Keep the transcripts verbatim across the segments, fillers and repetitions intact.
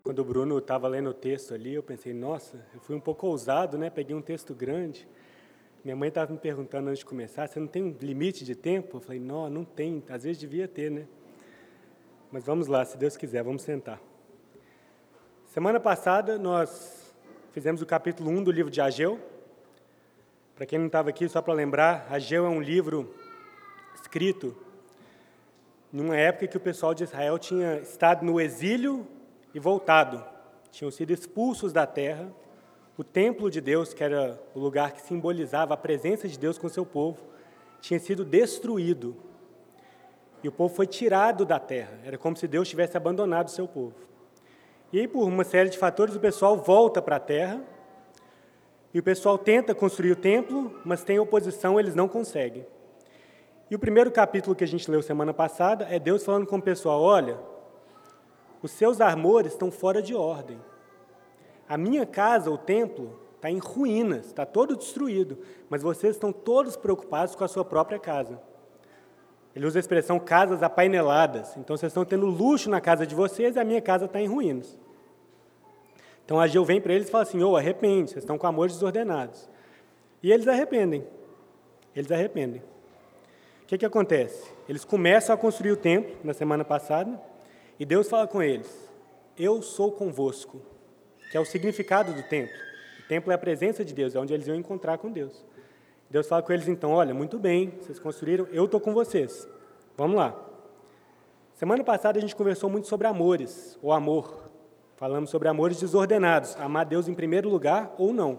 Quando o Bruno estava lendo o texto ali, eu pensei, nossa, eu fui um pouco ousado, né? Peguei um texto grande. Minha mãe estava me perguntando antes de começar, você não tem um limite de tempo? Eu falei, não, não tem, às vezes devia ter, né? Mas vamos lá, se Deus quiser, vamos sentar. Semana passada, nós fizemos o capítulo um do livro de Ageu. Para quem não estava aqui, só para lembrar, Ageu é um livro escrito numa época que o pessoal de Israel tinha estado no exílio e voltado. Tinham sido expulsos da terra. O templo de Deus, que era o lugar que simbolizava a presença de Deus com o seu povo, tinha sido destruído. E o povo foi tirado da terra. Era como se Deus tivesse abandonado o seu povo. E aí, por uma série de fatores, o pessoal volta para a terra. E o pessoal tenta construir o templo, mas tem oposição, eles não conseguem. E o primeiro capítulo que a gente leu semana passada é Deus falando com o pessoal, olha, os seus amores estão fora de ordem. A minha casa, o templo, está em ruínas, está todo destruído, mas vocês estão todos preocupados com a sua própria casa. Ele usa a expressão casas apaineladas. Então, vocês estão tendo luxo na casa de vocês e a minha casa está em ruínas. Então, Ageu vem para eles e fala assim, ô, oh, arrepende, vocês estão com amores desordenados. E eles arrependem. Eles arrependem. O que, que acontece? Eles começam a construir o templo na semana passada e Deus fala com eles, eu sou convosco, que é o significado do templo. O templo é a presença de Deus, é onde eles iam encontrar com Deus. Deus fala com eles, então, olha, muito bem, vocês construíram, eu estou com vocês. Vamos lá. Semana passada a gente conversou muito sobre amores, ou amor. Falamos sobre amores desordenados, amar Deus em primeiro lugar ou não.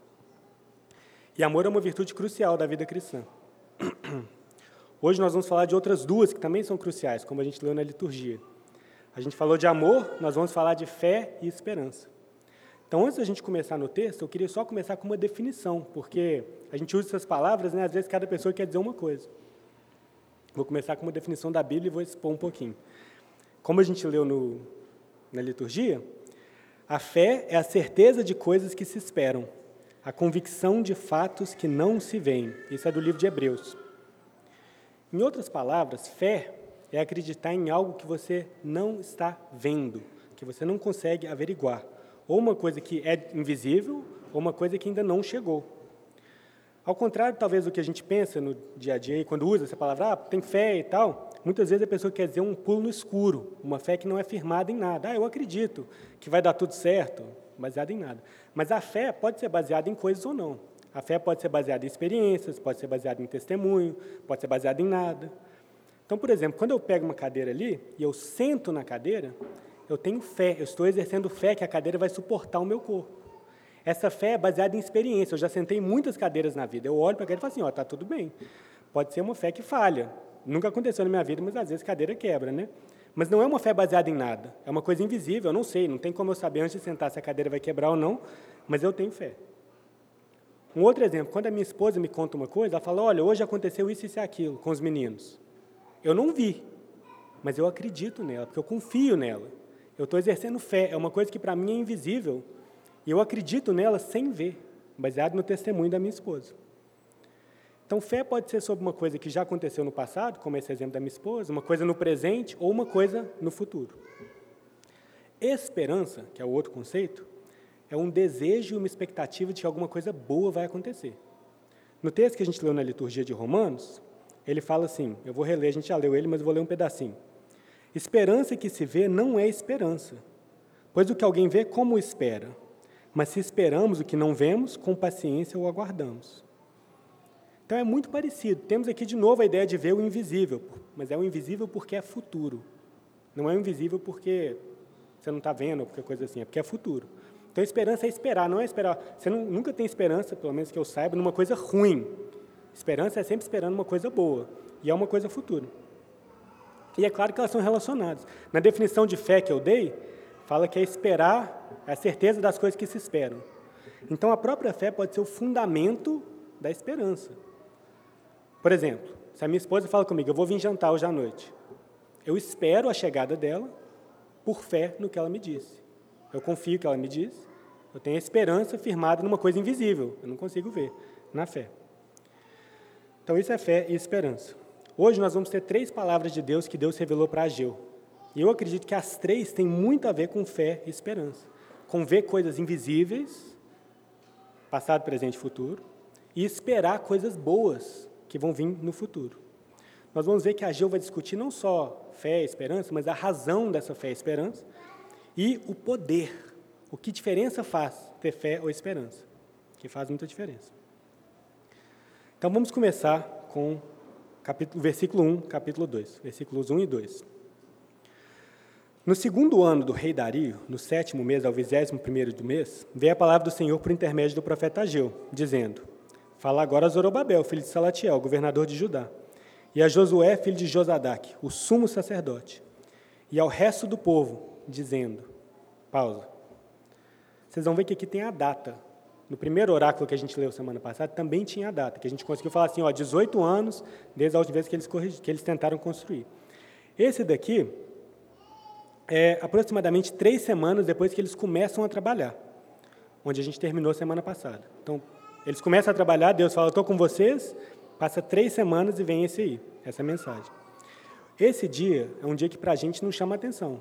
E amor é uma virtude crucial da vida cristã. Hoje nós vamos falar de outras duas que também são cruciais, como a gente leu na liturgia. A gente falou de amor, nós vamos falar de fé e esperança. Então, antes da gente começar no texto, eu queria só começar com uma definição, porque a gente usa essas palavras, né? Às vezes cada pessoa quer dizer uma coisa. Vou começar com uma definição da Bíblia e vou expor um pouquinho. Como a gente leu no, na liturgia, a fé é a certeza de coisas que se esperam, a convicção de fatos que não se veem. Isso é do livro de Hebreus. Em outras palavras, fé é acreditar em algo que você não está vendo, que você não consegue averiguar. Ou uma coisa que é invisível, ou uma coisa que ainda não chegou. Ao contrário, talvez, do que a gente pensa no dia a dia, quando usa essa palavra, ah, tem fé e tal, muitas vezes a pessoa quer dizer um pulo no escuro, uma fé que não é firmada em nada. Ah, eu acredito que vai dar tudo certo, baseado em nada. Mas a fé pode ser baseada em coisas ou não. A fé pode ser baseada em experiências, pode ser baseada em testemunho, pode ser baseada em nada. Então, por exemplo, quando eu pego uma cadeira ali e eu sento na cadeira, eu tenho fé, eu estou exercendo fé que a cadeira vai suportar o meu corpo. Essa fé é baseada em experiência. Eu já sentei em muitas cadeiras na vida. Eu olho para a cadeira e falo assim, ó, está tudo bem. Pode ser uma fé que falha. Nunca aconteceu na minha vida, mas às vezes a cadeira quebra, né? Mas não é uma fé baseada em nada. É uma coisa invisível, eu não sei, não tem como eu saber antes de sentar se a cadeira vai quebrar ou não, mas eu tenho fé. Um outro exemplo, quando a minha esposa me conta uma coisa, ela fala, olha, hoje aconteceu isso, isso e aquilo com os meninos. Eu não vi, mas eu acredito nela, porque eu confio nela. Eu estou exercendo fé, é uma coisa que para mim é invisível, e eu acredito nela sem ver, baseado no testemunho da minha esposa. Então, fé pode ser sobre uma coisa que já aconteceu no passado, como esse exemplo da minha esposa, uma coisa no presente ou uma coisa no futuro. Esperança, que é o outro conceito, é um desejo e uma expectativa de que alguma coisa boa vai acontecer. No texto que a gente leu na liturgia de Romanos, ele fala assim, eu vou reler, a gente já leu ele, mas eu vou ler um pedacinho. Esperança que se vê não é esperança, pois o que alguém vê, como espera? Mas se esperamos o que não vemos, com paciência o aguardamos. Então é muito parecido. Temos aqui de novo a ideia de ver o invisível, mas é o invisível porque é futuro. Não é o invisível porque você não está vendo, ou porque coisa assim, é porque é futuro. Então, esperança é esperar, não é esperar. Você não, nunca tem esperança, pelo menos que eu saiba, numa coisa ruim. Esperança é sempre esperando uma coisa boa, e é uma coisa futura. E é claro que elas são relacionadas. Na definição de fé que eu dei, fala que é esperar, é a certeza das coisas que se esperam. Então, a própria fé pode ser o fundamento da esperança. Por exemplo, se a minha esposa fala comigo, eu vou vir jantar hoje à noite, eu espero a chegada dela por fé no que ela me disse. Eu confio no que ela me disse, eu tenho a esperança firmada numa coisa invisível, eu não consigo ver, na fé. Então, isso é fé e esperança. Hoje nós vamos ter três palavras de Deus que Deus revelou para Ageu. E eu acredito que as três têm muito a ver com fé e esperança. Com ver coisas invisíveis, passado, presente e futuro, e esperar coisas boas que vão vir no futuro. Nós vamos ver que Ageu vai discutir não só fé e esperança, mas a razão dessa fé e esperança e o poder. O que diferença faz ter fé ou esperança? Que faz muita diferença. Então, vamos começar com capítulo, versículo um, capítulo dois, versículos um e dois. No segundo ano do rei Dario, no sétimo mês, ao vigésimo primeiro do mês, veio a palavra do Senhor por intermédio do profeta Ageu, dizendo: Fala agora a Zorobabel, filho de Salatiel, governador de Judá, e a Josué, filho de Josadaque, o sumo sacerdote, e ao resto do povo, dizendo... Pausa. Vocês vão ver que aqui tem a data. No primeiro oráculo que a gente leu semana passada, também tinha a data, que a gente conseguiu falar assim, ó, dezoito anos, desde a última vez que eles, corrigi, que eles tentaram construir. Esse daqui é aproximadamente três semanas depois que eles começam a trabalhar, onde a gente terminou semana passada. Então, eles começam a trabalhar, Deus fala, estou com vocês, passa três semanas e vem esse aí, essa mensagem. Esse dia é um dia que para a gente não chama atenção.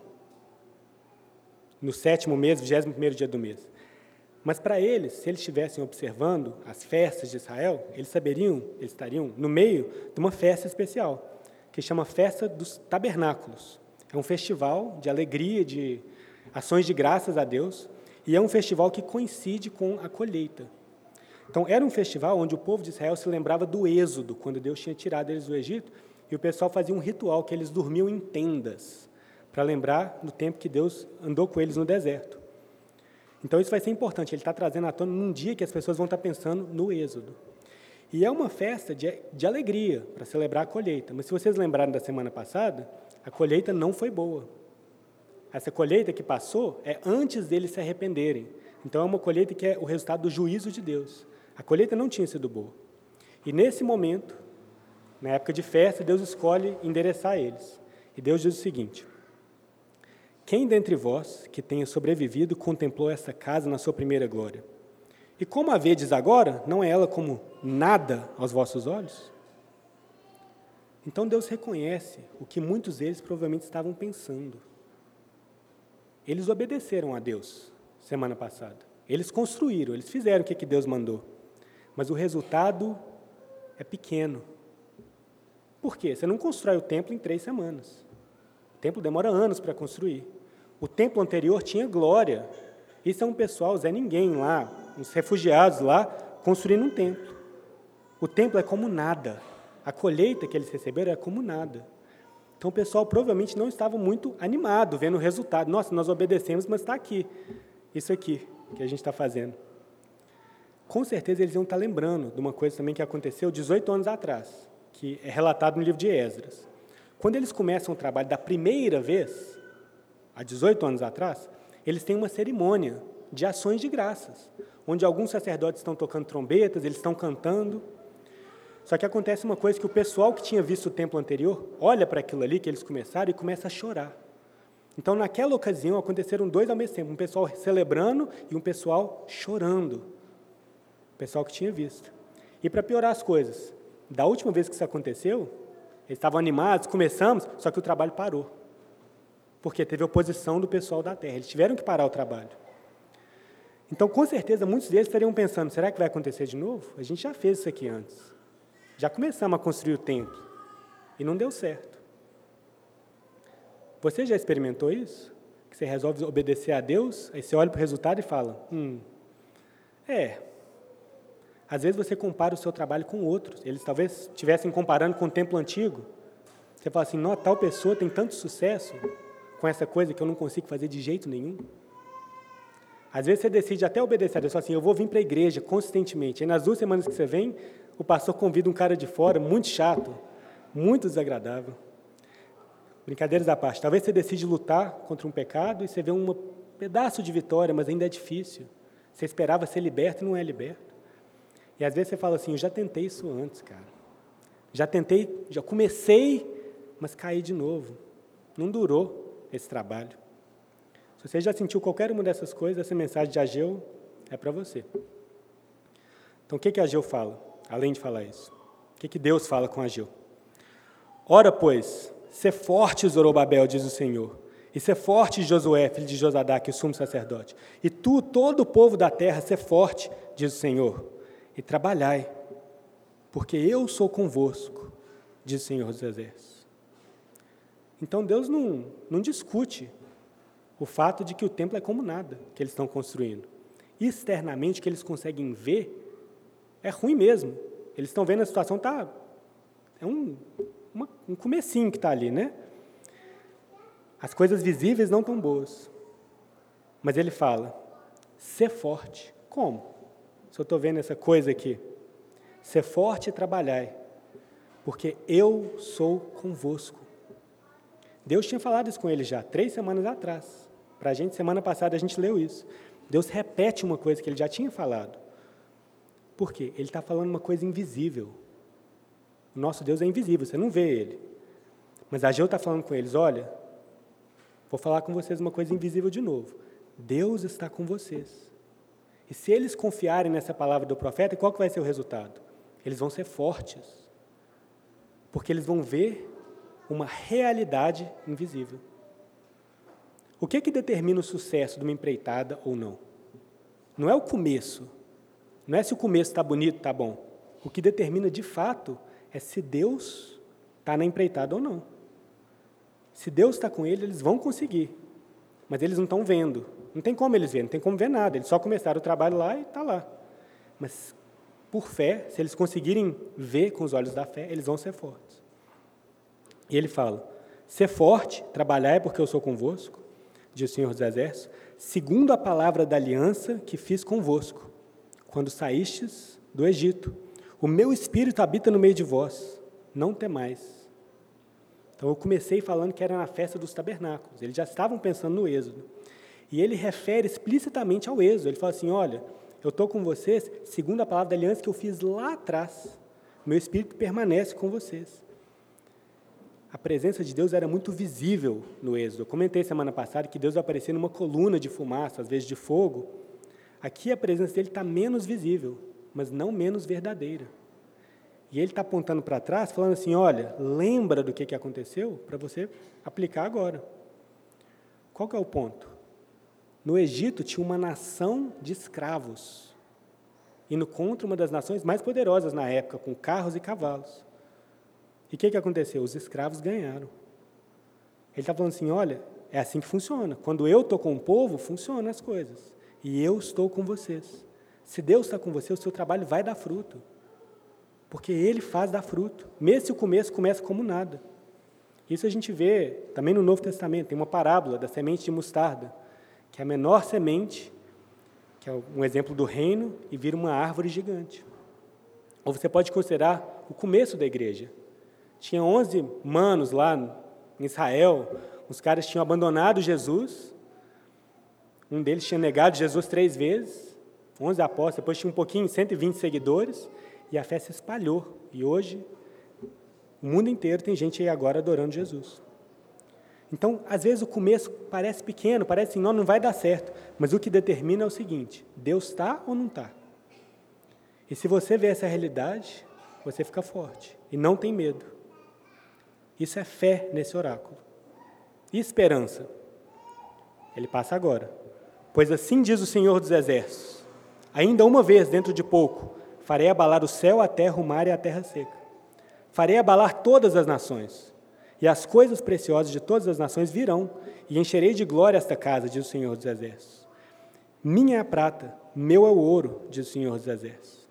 No sétimo mês, vigésimo primeiro dia do mês. Mas para eles, se eles estivessem observando as festas de Israel, eles saberiam, eles estariam no meio de uma festa especial, que chama Festa dos Tabernáculos. É um festival de alegria, de ações de graças a Deus, e é um festival que coincide com a colheita. Então, era um festival onde o povo de Israel se lembrava do êxodo, quando Deus tinha tirado eles do Egito, e o pessoal fazia um ritual que eles dormiam em tendas, para lembrar do tempo que Deus andou com eles no deserto. Então, isso vai ser importante, ele está trazendo à tona num dia que as pessoas vão estar pensando no êxodo. E é uma festa de, de alegria, para celebrar a colheita. Mas se vocês lembrarem da semana passada, a colheita não foi boa. Essa colheita que passou é antes deles se arrependerem. Então, é uma colheita que é o resultado do juízo de Deus. A colheita não tinha sido boa. E nesse momento, na época de festa, Deus escolhe endereçar eles. E Deus diz o seguinte: quem dentre vós, que tenha sobrevivido, contemplou essa casa na sua primeira glória? E como a vedes agora, não é ela como nada aos vossos olhos? Então Deus reconhece o que muitos deles provavelmente estavam pensando. Eles obedeceram a Deus semana passada. Eles construíram, eles fizeram o que Deus mandou. Mas o resultado é pequeno. Por quê? Você não constrói o templo em três semanas. O templo demora anos para construir. O templo anterior tinha glória. Isso é um pessoal, Zé Ninguém lá, uns refugiados lá, construindo um templo. O templo é como nada. A colheita que eles receberam é como nada. Então o pessoal provavelmente não estava muito animado vendo o resultado. Nossa, nós obedecemos, mas está aqui. Isso aqui que a gente está fazendo. Com certeza eles iam estar lembrando de uma coisa também que aconteceu dezoito anos atrás, que é relatado no livro de Esdras. Quando eles começam o trabalho da primeira vez, há dezoito anos atrás, eles têm uma cerimônia de ações de graças, onde alguns sacerdotes estão tocando trombetas, eles estão cantando. Só que acontece uma coisa, que o pessoal que tinha visto o templo anterior, olha para aquilo ali que eles começaram e começa a chorar. Então, naquela ocasião, aconteceram dois ao mesmo tempo, um pessoal celebrando e um pessoal chorando. O pessoal que tinha visto. E para piorar as coisas, da última vez que isso aconteceu, eles estavam animados, começamos, só que o trabalho parou. Porque teve oposição do pessoal da terra, eles tiveram que parar o trabalho. Então, com certeza, muitos deles estariam pensando, será que vai acontecer de novo? A gente já fez isso aqui antes. Já começamos a construir o templo e não deu certo. Você já experimentou isso? Que você resolve obedecer a Deus, aí você olha para o resultado e fala, hum, é... Às vezes você compara o seu trabalho com outros. Eles talvez estivessem comparando com o templo antigo. Você fala assim, não, tal pessoa tem tanto sucesso com essa coisa que eu não consigo fazer de jeito nenhum. Às vezes você decide até obedecer a Deus. Você fala assim, eu vou vir para a igreja consistentemente. Aí nas duas semanas que você vem, o pastor convida um cara de fora, muito chato, muito desagradável. Brincadeiras à parte. Talvez você decide lutar contra um pecado e você vê um pedaço de vitória, mas ainda é difícil. Você esperava ser liberto e não é liberto. E às vezes você fala assim, eu já tentei isso antes, cara. Já tentei, já comecei, mas caí de novo. Não durou esse trabalho. Se você já sentiu qualquer uma dessas coisas, essa mensagem de Ageu é para você. Então, o que que Ageu fala, além de falar isso? O que que Deus fala com Ageu? Ora, pois, sê forte, Zorobabel, diz o Senhor, E ser forte, Josué, filho de Josadaque, o sumo sacerdote. E tu, todo o povo da terra, ser forte, diz o Senhor, e trabalhai, porque eu sou convosco, diz o Senhor dos Exércitos. Então Deus não, não discute o fato de que o templo é como nada que eles estão construindo. Externamente, o que eles conseguem ver é ruim mesmo. Eles estão vendo a situação, tá, é um, uma, um comecinho que está ali, né? As coisas visíveis não estão boas. Mas ele fala, ser forte. Como? Se eu estou vendo essa coisa aqui. Ser forte e trabalhai, porque eu sou convosco. Deus tinha falado isso com ele já, três semanas atrás. Para a gente, semana passada, a gente leu isso. Deus repete uma coisa que ele já tinha falado. Por quê? Ele está falando uma coisa invisível. O nosso Deus é invisível, você não vê ele. Mas Ageu está falando com eles, olha, vou falar com vocês uma coisa invisível de novo. Deus está com vocês. E se eles confiarem nessa palavra do profeta, qual que vai ser o resultado? Eles vão ser fortes. Porque eles vão ver uma realidade invisível. O que que determina o sucesso de uma empreitada ou não? Não é o começo. Não é se o começo está bonito, está bom. O que determina, de fato, é se Deus está na empreitada ou não. Se Deus está com ele, eles vão conseguir. Mas eles não estão vendo. Não tem como eles verem, não tem como ver nada. Eles só começaram o trabalho lá e está lá. Mas, por fé, se eles conseguirem ver com os olhos da fé, eles vão ser fortes. E ele fala, ser forte, trabalhai porque eu sou convosco, diz o Senhor dos Exércitos, segundo a palavra da aliança que fiz convosco, quando saístes do Egito. O meu espírito habita no meio de vós, não temais. Então, eu comecei falando que era na festa dos tabernáculos. Eles já estavam pensando no êxodo. E ele refere explicitamente ao êxodo. Ele fala assim, olha, eu estou com vocês segundo a palavra da aliança que eu fiz lá atrás. Meu espírito permanece com vocês. A presença de Deus era muito visível no êxodo. Eu comentei semana passada que Deus vai aparecer numa coluna de fumaça, às vezes de fogo. Aqui a presença dele está menos visível, mas não menos verdadeira. E ele está apontando para trás, falando assim, olha, lembra do que, que aconteceu para você aplicar agora. Qual que é o ponto? No Egito tinha uma nação de escravos, indo contra uma das nações mais poderosas na época, com carros e cavalos. E o que, que aconteceu? Os escravos ganharam. Ele está falando assim, olha, é assim que funciona. Quando eu estou com o povo, funcionam as coisas. E eu estou com vocês. Se Deus está com você, o seu trabalho vai dar fruto. Porque Ele faz dar fruto. Mesmo se o começo começa como nada. Isso a gente vê também no Novo Testamento. Tem uma parábola da semente de mostarda, que é a menor semente, que é um exemplo do reino, e vira uma árvore gigante. Ou você pode considerar o começo da igreja. Tinha onze manos lá em Israel, os caras tinham abandonado Jesus, um deles tinha negado Jesus três vezes, onze apóstolos, depois tinha um pouquinho, cento e vinte seguidores, e a fé se espalhou. E hoje, o mundo inteiro tem gente aí agora adorando Jesus. Então, às vezes o começo parece pequeno, parece assim, não, não vai dar certo, mas o que determina é o seguinte, Deus está ou não está? E se você vê essa realidade, você fica forte e não tem medo. Isso é fé nesse oráculo. E esperança? Ele passa agora. Pois assim diz o Senhor dos Exércitos, ainda uma vez, dentro de pouco, farei abalar o céu, a terra, o mar e a terra seca. Farei abalar todas as nações, e as coisas preciosas de todas as nações virão, e encherei de glória esta casa, diz o Senhor dos Exércitos. Minha é a prata, meu é o ouro, diz o Senhor dos Exércitos.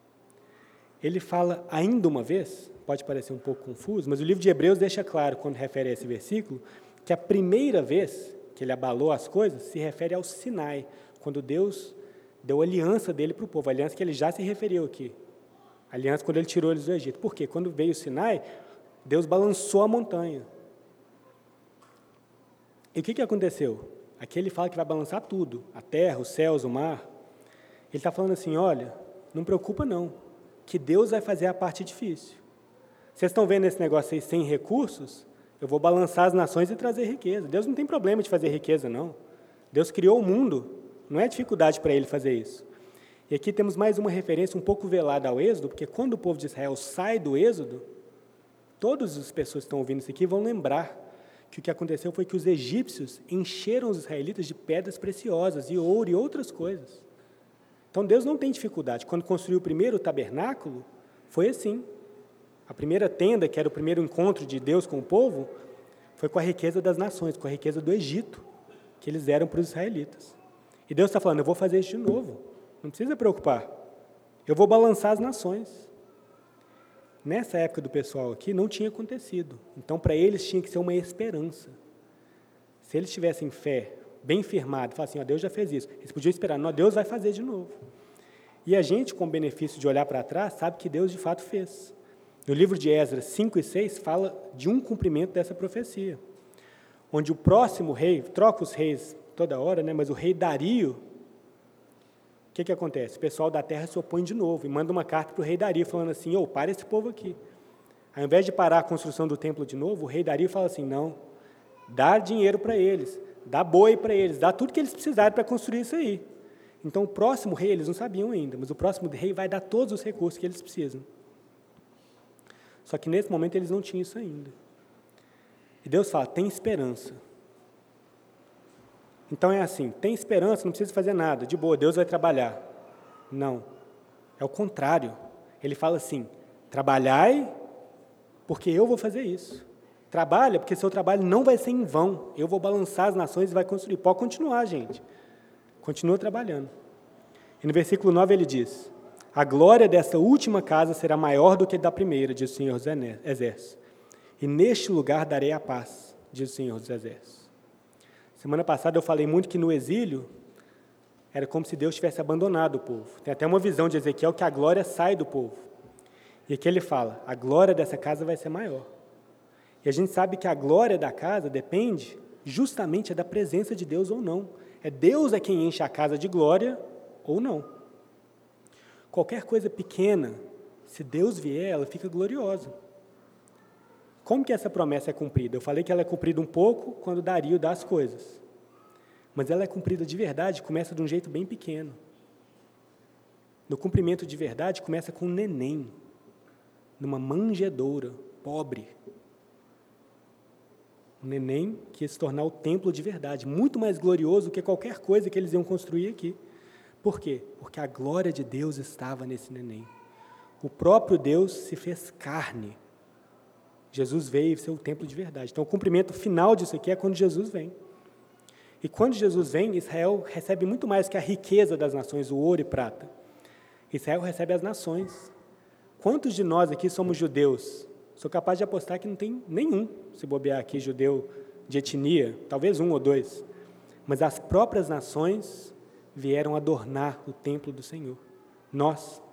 Ele fala ainda uma vez, pode parecer um pouco confuso, mas o livro de Hebreus deixa claro, quando refere a esse versículo, que a primeira vez que ele abalou as coisas se refere ao Sinai, quando Deus deu a aliança dele para o povo, a aliança que ele já se referiu aqui. A aliança quando ele tirou eles do Egito. Por quê? Quando veio o Sinai, Deus balançou a montanha. E o que, que aconteceu? Aqui ele fala que vai balançar tudo, a terra, os céus, o mar. Ele está falando assim, olha, não preocupa não, que Deus vai fazer a parte difícil. Vocês estão vendo esse negócio aí sem recursos? Eu vou balançar as nações e trazer riqueza. Deus não tem problema de fazer riqueza, não. Deus criou o mundo, não é dificuldade para Ele fazer isso. E aqui temos mais uma referência um pouco velada ao Êxodo, porque quando o povo de Israel sai do Êxodo, todas as pessoas que estão ouvindo isso aqui vão lembrar que o que aconteceu foi que os egípcios encheram os israelitas de pedras preciosas, e ouro e outras coisas. Então, Deus não tem dificuldade. Quando construiu o primeiro tabernáculo, foi assim. A primeira tenda, que era o primeiro encontro de Deus com o povo, foi com a riqueza das nações, com a riqueza do Egito, que eles deram para os israelitas. E Deus está falando, eu vou fazer isso de novo. Não precisa preocupar. Eu vou balançar as nações. Nessa época do pessoal aqui, não tinha acontecido. Então, para eles, tinha que ser uma esperança. Se eles tivessem fé bem firmada, falassem, ó, Deus já fez isso. Eles podiam esperar, não, Deus vai fazer de novo. E a gente, com o benefício de olhar para trás, sabe que Deus de fato fez. No livro de Esdras cinco e seis, fala de um cumprimento dessa profecia, onde o próximo rei, troca os reis toda hora, né, mas o rei Dario, o que, que acontece? O pessoal da terra se opõe de novo e manda uma carta para o rei Dario, falando assim, ô, para esse povo aqui. Ao invés de parar a construção do templo de novo, o rei Dario fala assim, não, dá dinheiro para eles, dá boi para eles, dá tudo que eles precisarem para construir isso aí. Então, o próximo rei, eles não sabiam ainda, mas o próximo rei vai dar todos os recursos que eles precisam. Só que, nesse momento, eles não tinham isso ainda. E Deus fala, tem esperança. Então, é assim, tem esperança, não precisa fazer nada, de boa, Deus vai trabalhar. Não, é o contrário. Ele fala assim, trabalhai, porque eu vou fazer isso. Trabalha, porque seu trabalho não vai ser em vão. Eu vou balançar as nações e vai construir. Pode continuar, gente. Continua trabalhando. E no versículo nove ele diz, a glória dessa última casa será maior do que da primeira, diz o Senhor dos Exércitos. E neste lugar darei a paz, diz o Senhor dos Exércitos. Semana passada eu falei muito que no exílio era como se Deus tivesse abandonado o povo. Tem até uma visão de Ezequiel que a glória sai do povo. E aqui ele fala, a glória dessa casa vai ser maior. E a gente sabe que a glória da casa depende justamente da presença de Deus ou não. É Deus é quem enche a casa de glória ou não. Qualquer coisa pequena, se Deus vier, ela fica gloriosa. Como que essa promessa é cumprida? Eu falei que ela é cumprida um pouco quando Dario dá as coisas. Mas ela é cumprida de verdade, começa de um jeito bem pequeno. No cumprimento de verdade, começa com um neném, numa manjedoura, pobre. Um neném que ia se tornar o templo de verdade, muito mais glorioso do que qualquer coisa que eles iam construir aqui. Por quê? Porque a glória de Deus estava nesse neném. O próprio Deus se fez carne. Jesus veio ser o templo de verdade. Então, o cumprimento final disso aqui é quando Jesus vem. E quando Jesus vem, Israel recebe muito mais que a riqueza das nações, o ouro e prata. Israel recebe as nações. Quantos de nós aqui somos judeus? Sou capaz de apostar que não tem nenhum, se bobear aqui, judeu de etnia, talvez um ou dois. Mas as próprias nações vieram adornar o templo do Senhor. Nós.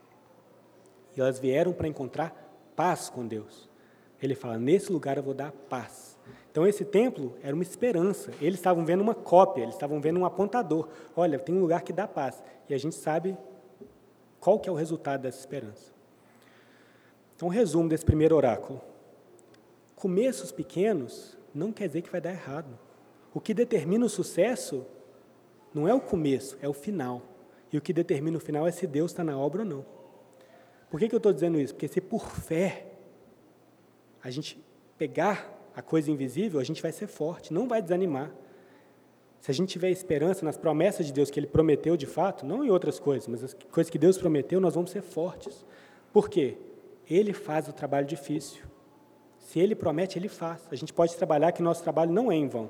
E elas vieram para encontrar paz com Deus. Ele fala, nesse lugar eu vou dar paz. Então, esse templo era uma esperança. Eles estavam vendo uma cópia, eles estavam vendo um apontador. Olha, tem um lugar que dá paz. E a gente sabe qual que é o resultado dessa esperança. Então, um resumo desse primeiro oráculo. Começos pequenos não quer dizer que vai dar errado. O que determina o sucesso não é o começo, é o final. E o que determina o final é se Deus está na obra ou não. Por que que eu estou dizendo isso? Porque se por fé a gente pegar a coisa invisível, a gente vai ser forte, não vai desanimar. Se a gente tiver esperança nas promessas de Deus que Ele prometeu de fato, não em outras coisas, mas as coisas que Deus prometeu, nós vamos ser fortes. Por quê? Ele faz o trabalho difícil. Se Ele promete, Ele faz. A gente pode trabalhar que nosso trabalho não é em vão.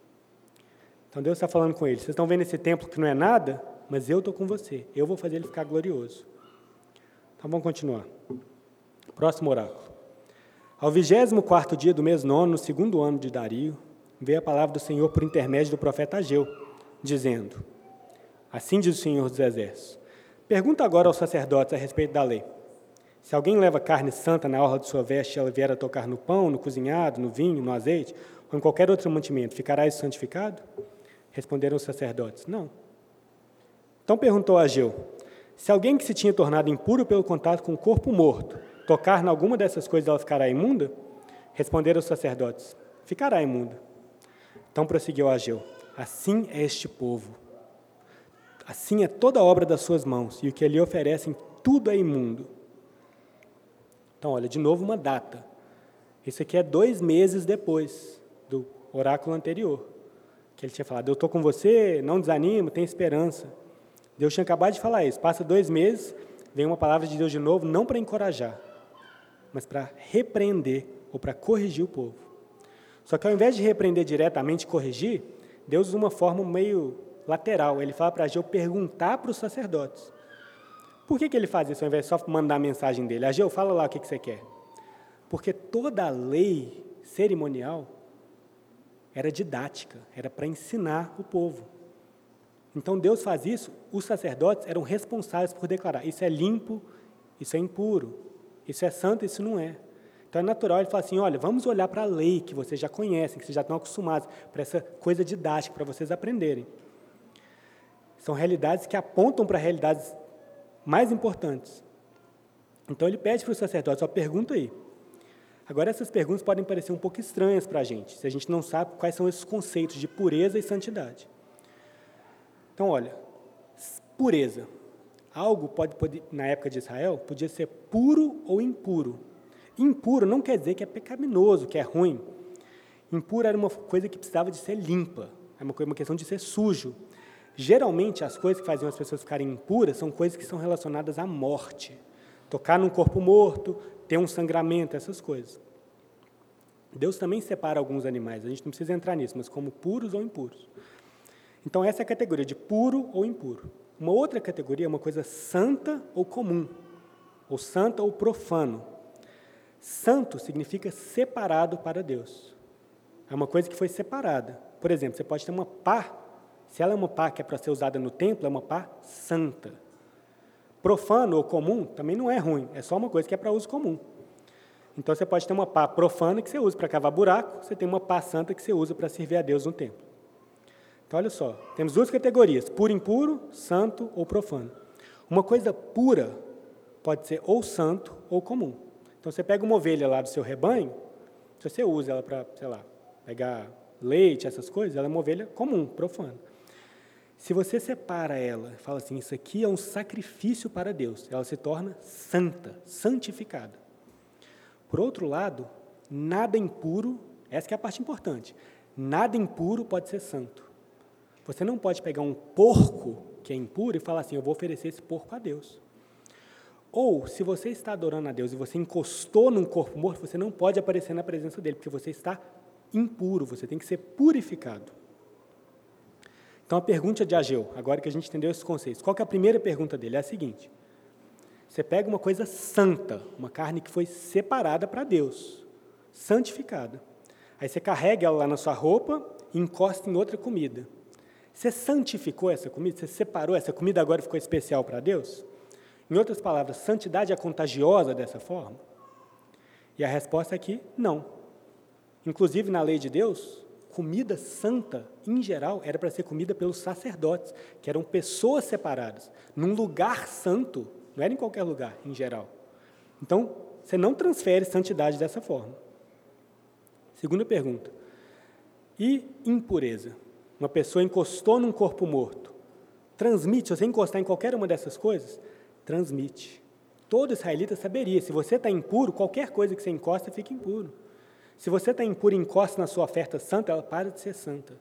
Então Deus está falando com eles. Vocês estão vendo esse templo que não é nada? Mas eu estou com você. Eu vou fazer ele ficar glorioso. Então vamos continuar. Próximo oráculo. Ao vigésimo quarto dia do mês nono, no segundo ano de Dario, veio a palavra do Senhor por intermédio do profeta Ageu, dizendo, assim diz o Senhor dos Exércitos, pergunta agora aos sacerdotes a respeito da lei. Se alguém leva carne santa na orla de sua veste e ela vier a tocar no pão, no cozinhado, no vinho, no azeite, ou em qualquer outro mantimento, ficará isso santificado? Responderam os sacerdotes, não. Então perguntou Ageu, se alguém que se tinha tornado impuro pelo contato com o corpo morto, tocar em alguma dessas coisas, ela ficará imunda? Responderam os sacerdotes, ficará imunda. Então prosseguiu Ageu, assim é este povo, assim é toda a obra das suas mãos, e o que lhe oferecem, tudo é imundo. Então, olha, de novo uma data. Isso aqui é dois meses depois. do oráculo anterior, que ele tinha falado, eu estou com você, não desanimo, tem esperança. Deus tinha acabado de falar isso, passa dois meses, vem uma palavra de Deus de novo, não para encorajar, mas para repreender ou para corrigir o povo. Só que ao invés de repreender diretamente e corrigir, Deus usa uma forma meio lateral. Ele fala para Ageu perguntar para os sacerdotes. Por que, que ele faz isso, ao invés de só mandar a mensagem dele? Ageu, fala lá o que, que você quer. Porque toda a lei cerimonial era didática, era para ensinar o povo. Então Deus faz isso, os sacerdotes eram responsáveis por declarar, isso é limpo, isso é impuro, isso é santo, isso não é. Então é natural ele falar assim, olha, vamos olhar para a lei que vocês já conhecem, que vocês já estão acostumados, para essa coisa didática, para vocês aprenderem. São realidades que apontam para realidades mais importantes. Então ele pede para os sacerdotes, ó, pergunta aí. Agora essas perguntas podem parecer um pouco estranhas para a gente, se a gente não sabe quais são esses conceitos de pureza e santidade. Então olha, pureza. Algo pode, pode, na época de Israel, podia ser puro ou impuro. Impuro não quer dizer que é pecaminoso, que é ruim. Impuro era uma coisa que precisava de ser limpa, é uma, uma questão de ser sujo. Geralmente, as coisas que faziam as pessoas ficarem impuras são coisas que são relacionadas à morte. Tocar num corpo morto, ter um sangramento, essas coisas. Deus também separa alguns animais, a gente não precisa entrar nisso, mas como puros ou impuros. Então, essa é a categoria de puro ou impuro. Uma outra categoria é uma coisa santa ou comum, ou santa ou profano. Santo significa separado para Deus. É uma coisa que foi separada. Por exemplo, você pode ter uma pá, se ela é uma pá que é para ser usada no templo, é uma pá santa. Profano ou comum também não é ruim, é só uma coisa que é para uso comum. Então, você pode ter uma pá profana que você usa para cavar buraco, você tem uma pá santa que você usa para servir a Deus no templo. Então, olha só, temos duas categorias, puro e impuro, santo ou profano. Uma coisa pura pode ser ou santo ou comum. Então, você pega uma ovelha lá do seu rebanho, se você usa ela para, sei lá, pegar leite, essas coisas, ela é uma ovelha comum, profana. Se você separa ela, fala assim, isso aqui é um sacrifício para Deus, ela se torna santa, santificada. Por outro lado, nada impuro, essa que é a parte importante, nada impuro pode ser santo. Você não pode pegar um porco que é impuro e falar assim, eu vou oferecer esse porco a Deus. Ou, se você está adorando a Deus e você encostou num corpo morto, você não pode aparecer na presença dele, porque você está impuro, você tem que ser purificado. Então, a pergunta de Ageu, agora que a gente entendeu esses conceitos, qual que é a primeira pergunta dele? É a seguinte, você pega uma coisa santa, uma carne que foi separada para Deus, santificada. Aí você carrega ela lá na sua roupa e encosta em outra comida. Você santificou essa comida? Você separou essa comida, agora ficou especial para Deus? Em outras palavras, santidade é contagiosa dessa forma? E a resposta é que não. Inclusive, na lei de Deus, comida santa, em geral, era para ser comida pelos sacerdotes, que eram pessoas separadas, num lugar santo, não era em qualquer lugar, em geral. Então, você não transfere santidade dessa forma. Segunda pergunta. E impureza? Uma pessoa encostou num corpo morto. Transmite, se você encostar em qualquer uma dessas coisas, transmite. Todo israelita saberia, se você está impuro, qualquer coisa que você encosta fica impuro. Se você está impuro e encosta na sua oferta santa, ela para de ser santa.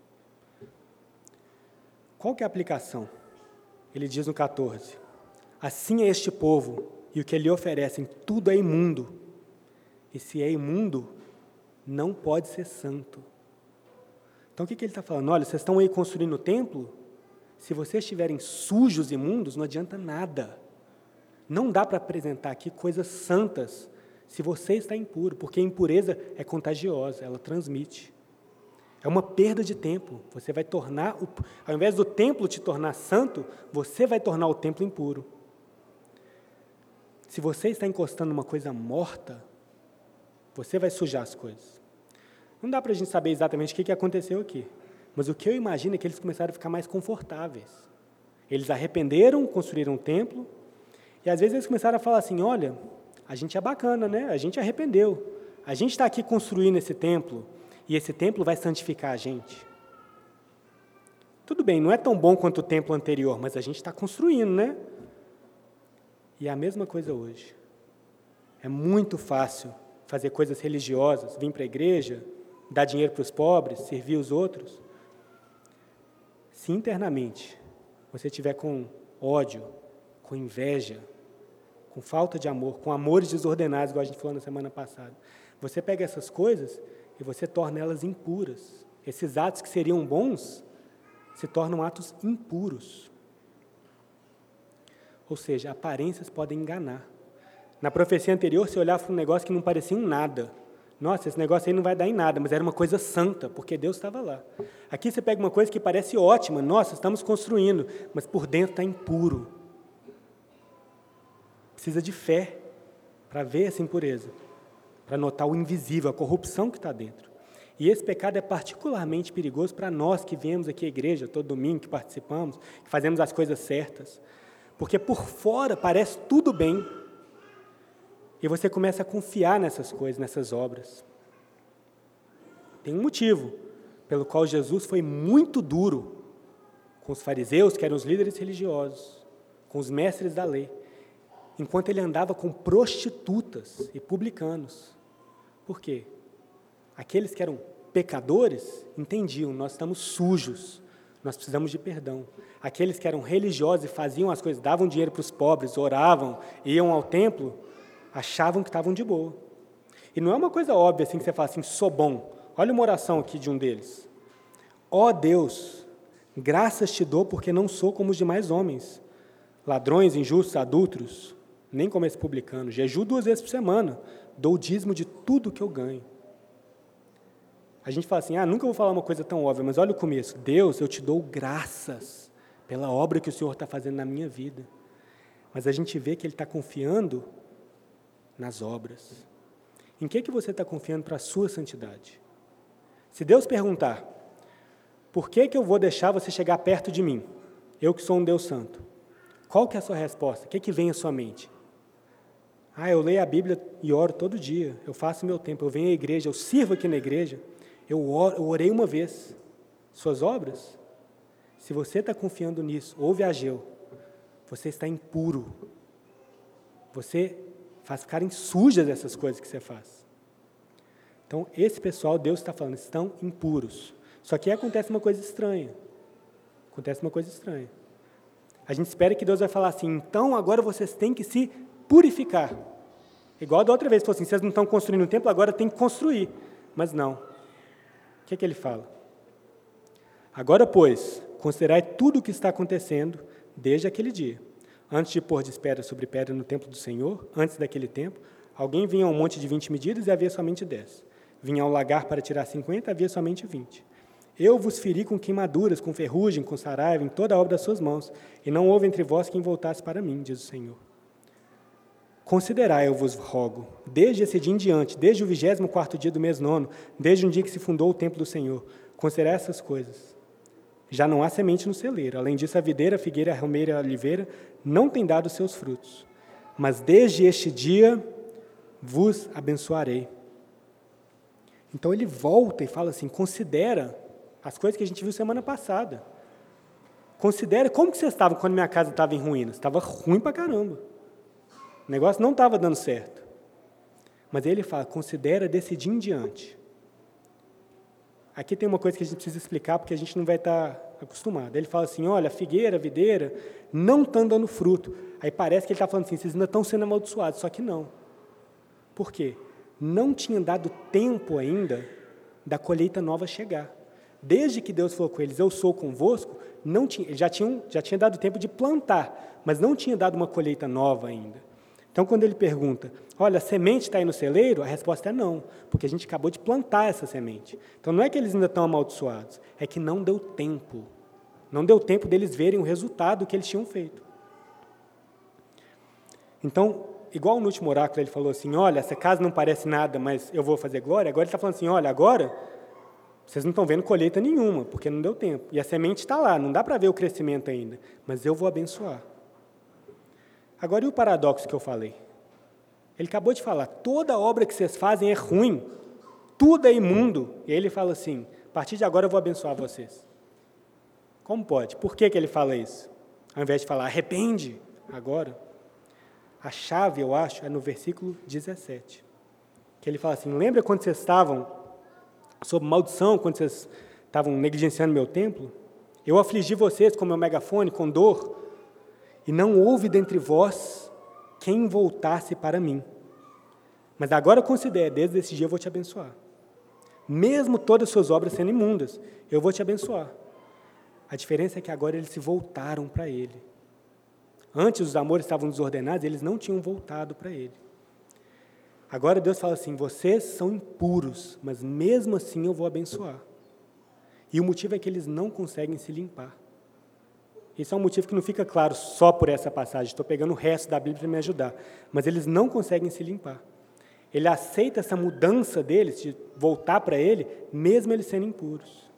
Qual que é a aplicação? Ele diz no catorze, assim é este povo, e o que lhe oferecem, tudo é imundo. E se é imundo, não pode ser santo. Então, o que, que ele está falando? Olha, vocês estão aí construindo o templo, se vocês estiverem sujos e imundos, não adianta nada. Não dá para apresentar aqui coisas santas se você está impuro, porque a impureza é contagiosa, ela transmite. É uma perda de tempo. Você vai tornar, o, ao invés do templo te tornar santo, você vai tornar o templo impuro. Se você está encostando numa coisa morta, você vai sujar as coisas. Não dá para a gente saber exatamente o que aconteceu aqui, mas o que eu imagino é que eles começaram a ficar mais confortáveis. Eles arrependeram, construíram um templo, e às vezes eles começaram a falar assim, olha, a gente é bacana, né? A gente arrependeu. A gente está aqui construindo esse templo, e esse templo vai santificar a gente. Tudo bem, não é tão bom quanto o templo anterior, mas a gente está construindo, né? E é a mesma coisa hoje. É muito fácil fazer coisas religiosas, vir para a igreja, dar dinheiro para os pobres, servir os outros. Se internamente você estiver com ódio, com inveja, com falta de amor, com amores desordenados, igual a gente falou na semana passada, você pega essas coisas e você torna elas impuras. Esses atos que seriam bons se tornam atos impuros. Ou seja, aparências podem enganar. Na profecia anterior, você olhava para um negócio que não parecia um nada. Nossa, esse negócio aí não vai dar em nada, mas era uma coisa santa, porque Deus estava lá. Aqui você pega uma coisa que parece ótima, nossa, estamos construindo, mas por dentro está impuro. Precisa de fé para ver essa impureza, para notar o invisível, a corrupção que está dentro. E esse pecado é particularmente perigoso para nós que viemos aqui à igreja todo domingo, que participamos, que fazemos as coisas certas. Porque por fora parece tudo bem, e você começa a confiar nessas coisas, nessas obras. Tem um motivo pelo qual Jesus foi muito duro com os fariseus, que eram os líderes religiosos, com os mestres da lei, enquanto ele andava com prostitutas e publicanos. Por quê? Aqueles que eram pecadores entendiam, nós estamos sujos, nós precisamos de perdão. Aqueles que eram religiosos e faziam as coisas, davam dinheiro para os pobres, oravam, iam ao templo, achavam que estavam de boa. E não é uma coisa óbvia assim que você fala assim, sou bom. Olha uma oração aqui de um deles. Ó Deus, graças te dou porque não sou como os demais homens, ladrões, injustos, adúlteros, nem como esse publicano. Jejuo duas vezes por semana, dou o dízimo de tudo que eu ganho. A gente fala assim, ah, nunca vou falar uma coisa tão óbvia, mas olha o começo. Deus, eu te dou graças pela obra que o Senhor está fazendo na minha vida. Mas a gente vê que Ele está confiando nas obras. Em que, que você está confiando para a sua santidade? Se Deus perguntar, por que, que eu vou deixar você chegar perto de mim? Eu que sou um Deus santo. Qual que é a sua resposta? O que, que vem à sua mente? Ah, eu leio a Bíblia e oro todo dia. Eu faço meu tempo, eu venho à igreja, eu sirvo aqui na igreja. Eu, oro, eu orei uma vez. Suas obras? Se você está confiando nisso, ouve Ageu, você está impuro. Você faz ficarem sujas essas coisas que você faz. Então, esse pessoal, Deus está falando, estão impuros. Só que aí acontece uma coisa estranha. Acontece uma coisa estranha. A gente espera que Deus vai falar assim, então agora vocês têm que se purificar. Igual da outra vez, falou assim, vocês não estão construindo um templo, agora tem que construir. Mas não. O que é que ele fala? Agora, pois, considerai tudo o que está acontecendo desde aquele dia. Antes de pôr de pedra sobre pedra no templo do Senhor, antes daquele tempo, alguém vinha a um monte de vinte medidas e havia somente dez. Vinha ao lagar para tirar cinquenta, havia somente vinte. Eu vos feri com queimaduras, com ferrugem, com saraiva, em toda a obra das suas mãos, e não houve entre vós quem voltasse para mim, diz o Senhor. Considerai, eu vos rogo, desde esse dia em diante, desde o vigésimo quarto dia do mês nono, desde um dia que se fundou o templo do Senhor, considerai essas coisas. Já não há semente no celeiro. Além disso, a videira, a figueira, a romeira e a oliveira não têm dado seus frutos. Mas desde este dia vos abençoarei. Então ele volta e fala assim, considera as coisas que a gente viu semana passada. Considera como que vocês estavam quando minha casa estava em ruínas. Estava ruim pra caramba. O negócio não estava dando certo. Mas ele fala, considera desse dia em diante. Aqui tem uma coisa que a gente precisa explicar, porque a gente não vai estar acostumado. Ele fala assim, olha, a figueira, a videira, não estão dando fruto. Aí parece que ele está falando assim, vocês ainda estão sendo amaldiçoados, só que não. Por quê? Não tinha dado tempo ainda da colheita nova chegar. Desde que Deus falou com eles, eu sou convosco, não tinha, já, tinham, já tinha dado tempo de plantar, mas não tinha dado uma colheita nova ainda. Então, quando ele pergunta, olha, a semente está aí no celeiro? A resposta é não, porque a gente acabou de plantar essa semente. Então, não é que eles ainda estão amaldiçoados, é que não deu tempo. Não deu tempo deles verem o resultado que eles tinham feito. Então, igual no último oráculo, ele falou assim, olha, essa casa não parece nada, mas eu vou fazer glória. Agora ele está falando assim, olha, agora vocês não estão vendo colheita nenhuma, porque não deu tempo. E a semente está lá, não dá para ver o crescimento ainda, mas eu vou abençoar. Agora, e o paradoxo que eu falei? Ele acabou de falar, toda obra que vocês fazem é ruim, tudo é imundo. E ele fala assim, a partir de agora eu vou abençoar vocês. Como pode? Por que, que ele fala isso? Ao invés de falar, arrepende agora. A chave, eu acho, é no versículo dezessete. Que ele fala assim, lembra quando vocês estavam sob maldição quando vocês estavam negligenciando meu templo? Eu afligi vocês com meu megafone, com dor, e não houve dentre vós quem voltasse para mim. Mas agora considere, desde esse dia eu vou te abençoar. Mesmo todas as suas obras sendo imundas, eu vou te abençoar. A diferença é que agora eles se voltaram para Ele. Antes os amores estavam desordenados, eles não tinham voltado para Ele. Agora Deus fala assim, vocês são impuros, mas mesmo assim eu vou abençoar. E o motivo é que eles não conseguem se limpar. Esse é um motivo que não fica claro só por essa passagem, estou pegando o resto da Bíblia para me ajudar. Mas eles não conseguem se limpar. Ele aceita essa mudança deles, de voltar para Ele, mesmo eles sendo impuros.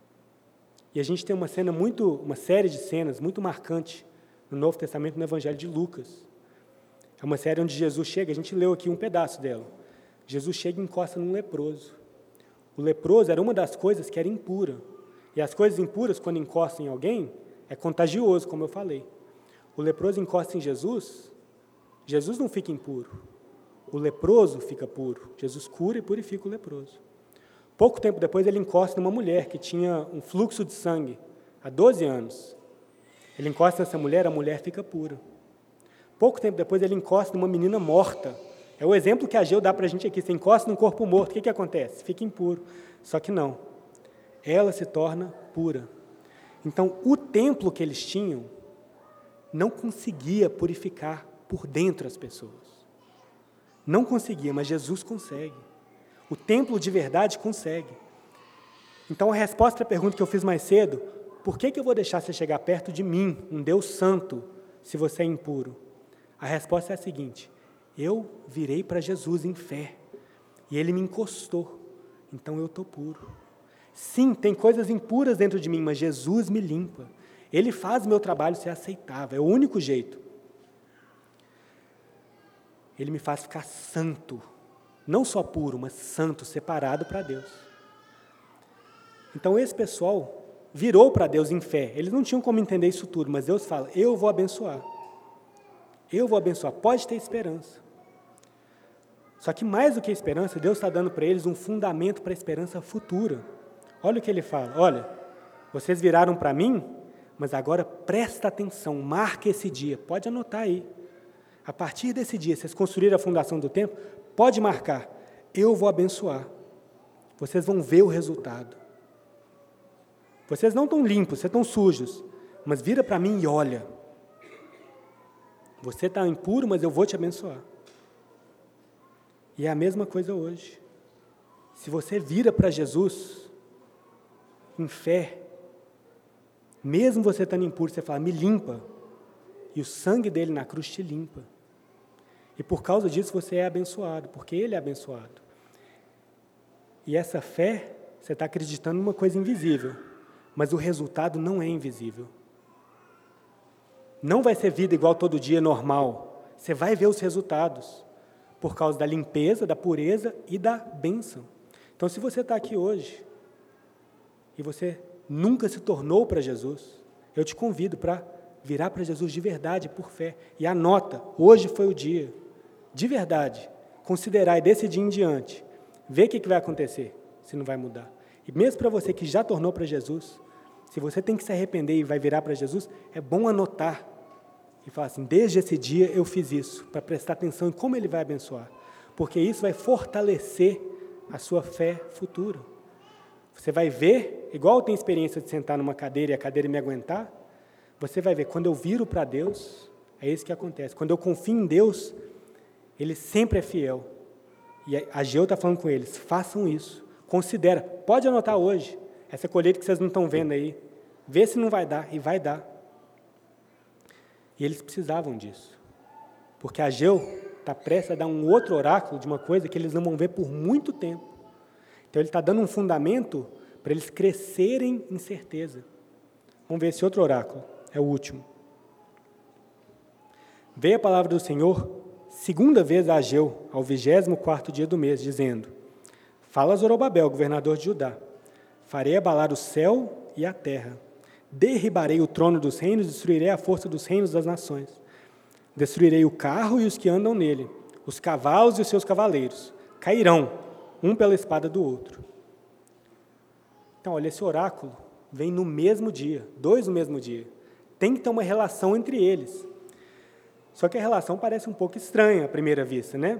E a gente tem uma cena muito, uma série de cenas muito marcante no Novo Testamento, no Evangelho de Lucas. É uma série onde Jesus chega, a gente leu aqui um pedaço dela. Jesus chega e encosta num leproso. O leproso era uma das coisas que era impura. E as coisas impuras, quando encostam em alguém, é contagioso, como eu falei. O leproso encosta em Jesus, Jesus não fica impuro. O leproso fica puro. Jesus cura e purifica o leproso. Pouco tempo depois, ele encosta numa mulher que tinha um fluxo de sangue há doze anos. Ele encosta nessa mulher, a mulher fica pura. Pouco tempo depois, ele encosta numa menina morta. É o exemplo que a Ageu dá para a gente aqui. Você encosta num corpo morto, o que, que acontece? Fica impuro. Só que não. Ela se torna pura. Então, o templo que eles tinham não conseguia purificar por dentro as pessoas. Não conseguia, mas Jesus consegue. O templo de verdade consegue. Então, a resposta para a pergunta que eu fiz mais cedo, por que, que eu vou deixar você chegar perto de mim, um Deus santo, se você é impuro? A resposta é a seguinte, eu virei para Jesus em fé, e Ele me encostou, então eu estou puro. Sim, tem coisas impuras dentro de mim, mas Jesus me limpa. Ele faz meu trabalho ser aceitável, é o único jeito. Ele me faz ficar santo, não só puro, mas santo, separado para Deus. Então esse pessoal virou para Deus em fé, eles não tinham como entender isso tudo, mas Deus fala, eu vou abençoar. Eu vou abençoar, pode ter esperança. Só que mais do que esperança, Deus está dando para eles um fundamento para a esperança futura. Olha o que Ele fala, olha, vocês viraram para mim, mas agora presta atenção, marca esse dia, pode anotar aí. A partir desse dia, vocês construíram a fundação do templo, pode marcar, eu vou abençoar. Vocês vão ver o resultado. Vocês não estão limpos, vocês estão sujos, mas vira para mim e olha. Você está impuro, mas eu vou te abençoar. E é a mesma coisa hoje. Se você vira para Jesus em fé, mesmo você estando impuro, você fala, me limpa. E o sangue dele na cruz te limpa. E por causa disso você é abençoado, porque ele é abençoado. E essa fé, você está acreditando numa coisa invisível, mas o resultado não é invisível. Não vai ser vida igual todo dia, normal. Você vai ver os resultados, por causa da limpeza, da pureza e da bênção. Então, se você está aqui hoje, e você nunca se tornou para Jesus, eu te convido para virar para Jesus de verdade, por fé. E anota, hoje foi o dia, de verdade, considerar e desse dia em diante, ver o que, que vai acontecer, se não vai mudar. E mesmo para você que já tornou para Jesus, se você tem que se arrepender e vai virar para Jesus, é bom anotar e falar assim, desde esse dia eu fiz isso, para prestar atenção em como Ele vai abençoar, porque isso vai fortalecer a sua fé futura. Você vai ver, igual eu tenho experiência de sentar numa cadeira e a cadeira me aguentar, você vai ver, quando eu viro para Deus, é isso que acontece. Quando eu confio em Deus, Ele sempre é fiel. E a Ageu está falando com eles, façam isso, considera, pode anotar hoje, essa colheita que vocês não estão vendo aí, vê se não vai dar, e vai dar. E eles precisavam disso, porque Ageu está prestes a dar um outro oráculo de uma coisa que eles não vão ver por muito tempo. Então ele está dando um fundamento para eles crescerem em certeza. Vamos ver esse outro oráculo, é o último. Veio a palavra do Senhor, segunda vez a Ageu, ao vigésimo quarto dia do mês, dizendo, fala a Zorobabel, governador de Judá, farei abalar o céu e a terra, derribarei o trono dos reinos, destruirei a força dos reinos das nações, destruirei o carro e os que andam nele, os cavalos e os seus cavaleiros, cairão, um pela espada do outro. Então, olha, esse oráculo vem no mesmo dia, dois no mesmo dia. Tem que ter uma relação entre eles. Só que a relação parece um pouco estranha à primeira vista, né?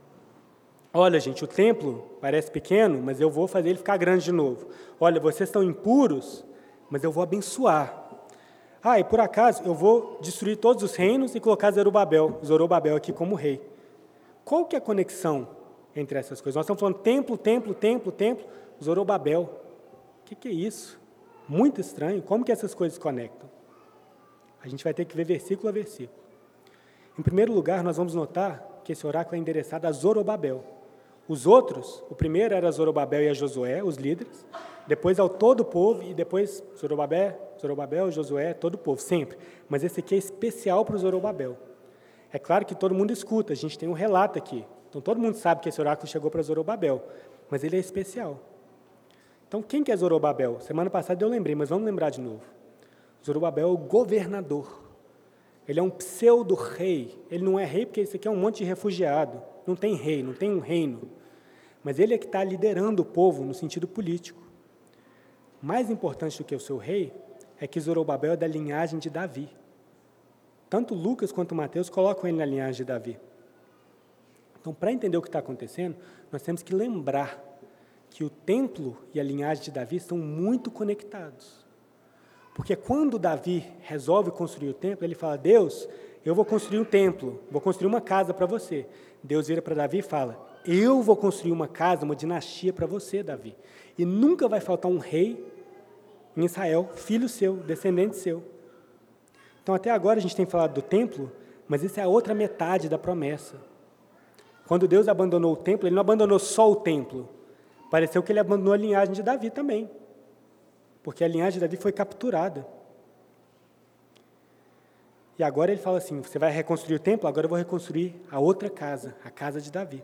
Olha, gente, o templo parece pequeno, mas eu vou fazer ele ficar grande de novo. Olha, vocês estão impuros, mas eu vou abençoar. Ah, e por acaso eu vou destruir todos os reinos e colocar Zorobabel, Zorobabel aqui como rei. Qual que é a conexão entre essas coisas? Nós estamos falando templo, templo, templo, templo, Zorobabel. O que, que é isso? Muito estranho. Como que essas coisas se conectam? A gente vai ter que ver versículo a versículo. Em primeiro lugar, nós vamos notar que esse oráculo é endereçado a Zorobabel. Os outros, o primeiro era Zorobabel e a Josué, os líderes, depois ao todo o povo, e depois Zorobabel, Zorobabel, Josué, todo o povo, sempre. Mas esse aqui é especial para o Zorobabel. É claro que todo mundo escuta, a gente tem um relato aqui. Então, todo mundo sabe que esse oráculo chegou para Zorobabel, mas ele é especial. Então, quem que é Zorobabel? Semana passada eu lembrei, mas vamos lembrar de novo. Zorobabel é o governador. Ele é um pseudo-rei. Ele não é rei porque esse aqui é um monte de refugiado. Não tem rei, não tem um reino. Mas ele é que está liderando o povo no sentido político. Mais importante do que o seu rei é que Zorobabel é da linhagem de Davi. Tanto Lucas quanto Mateus colocam ele na linhagem de Davi. Então, para entender o que está acontecendo, nós temos que lembrar que o templo e a linhagem de Davi estão muito conectados. Porque quando Davi resolve construir o templo, ele fala, Deus, eu vou construir um templo, vou construir uma casa para você. Deus vira para Davi e fala, eu vou construir uma casa, uma dinastia para você, Davi. E nunca vai faltar um rei em Israel, filho seu, descendente seu. Então, até agora a gente tem falado do templo, mas isso é a outra metade da promessa. Quando Deus abandonou o templo, ele não abandonou só o templo. Pareceu que ele abandonou a linhagem de Davi também. Porque a linhagem de Davi foi capturada. E agora ele fala assim, você vai reconstruir o templo, agora eu vou reconstruir a outra casa, a casa de Davi.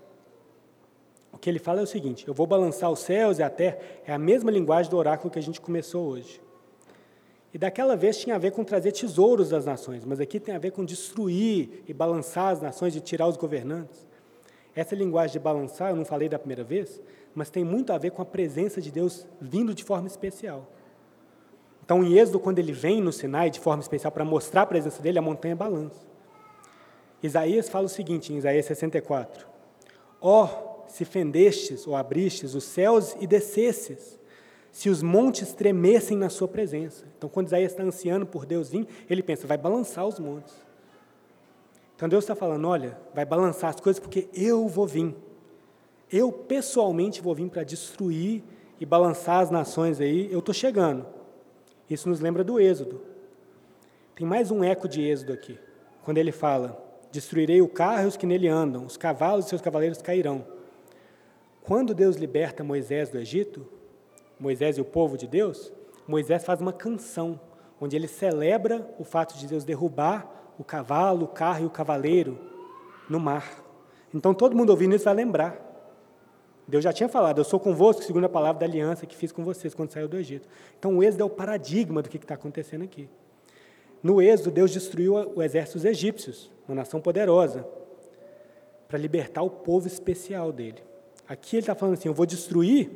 O que ele fala é o seguinte, eu vou balançar os céus e a terra, é a mesma linguagem do oráculo que a gente começou hoje. E daquela vez tinha a ver com trazer tesouros das nações, mas aqui tem a ver com destruir e balançar as nações e tirar os governantes. Essa linguagem de balançar, eu não falei da primeira vez, mas tem muito a ver com a presença de Deus vindo de forma especial. Então, em Êxodo, quando ele vem no Sinai de forma especial para mostrar a presença dele, a montanha balança. Isaías fala o seguinte, em Isaías sessenta e quatro, ó, oh, se fendestes ou abristes os céus e descesses, se os montes tremessem na sua presença. Então, quando Isaías está ansiando por Deus vir, ele pensa, vai balançar os montes. Então, Deus está falando, olha, vai balançar as coisas porque eu vou vir. Eu, pessoalmente, vou vir para destruir e balançar as nações aí, eu estou chegando. Isso nos lembra do Êxodo. Tem mais um eco de Êxodo aqui, quando ele fala, destruirei o carro e os que nele andam, os cavalos e seus cavaleiros cairão. Quando Deus liberta Moisés do Egito, Moisés e o povo de Deus, Moisés faz uma canção, onde ele celebra o fato de Deus derrubar o cavalo, o carro e o cavaleiro no mar. Então, todo mundo ouvindo isso vai lembrar. Deus já tinha falado, eu sou convosco, segundo a palavra da aliança que fiz com vocês quando saiu do Egito. Então, o Êxodo é o paradigma do que está acontecendo aqui. No Êxodo, Deus destruiu o exército dos egípcios, uma nação poderosa, para libertar o povo especial dele. Aqui ele está falando assim, eu vou destruir,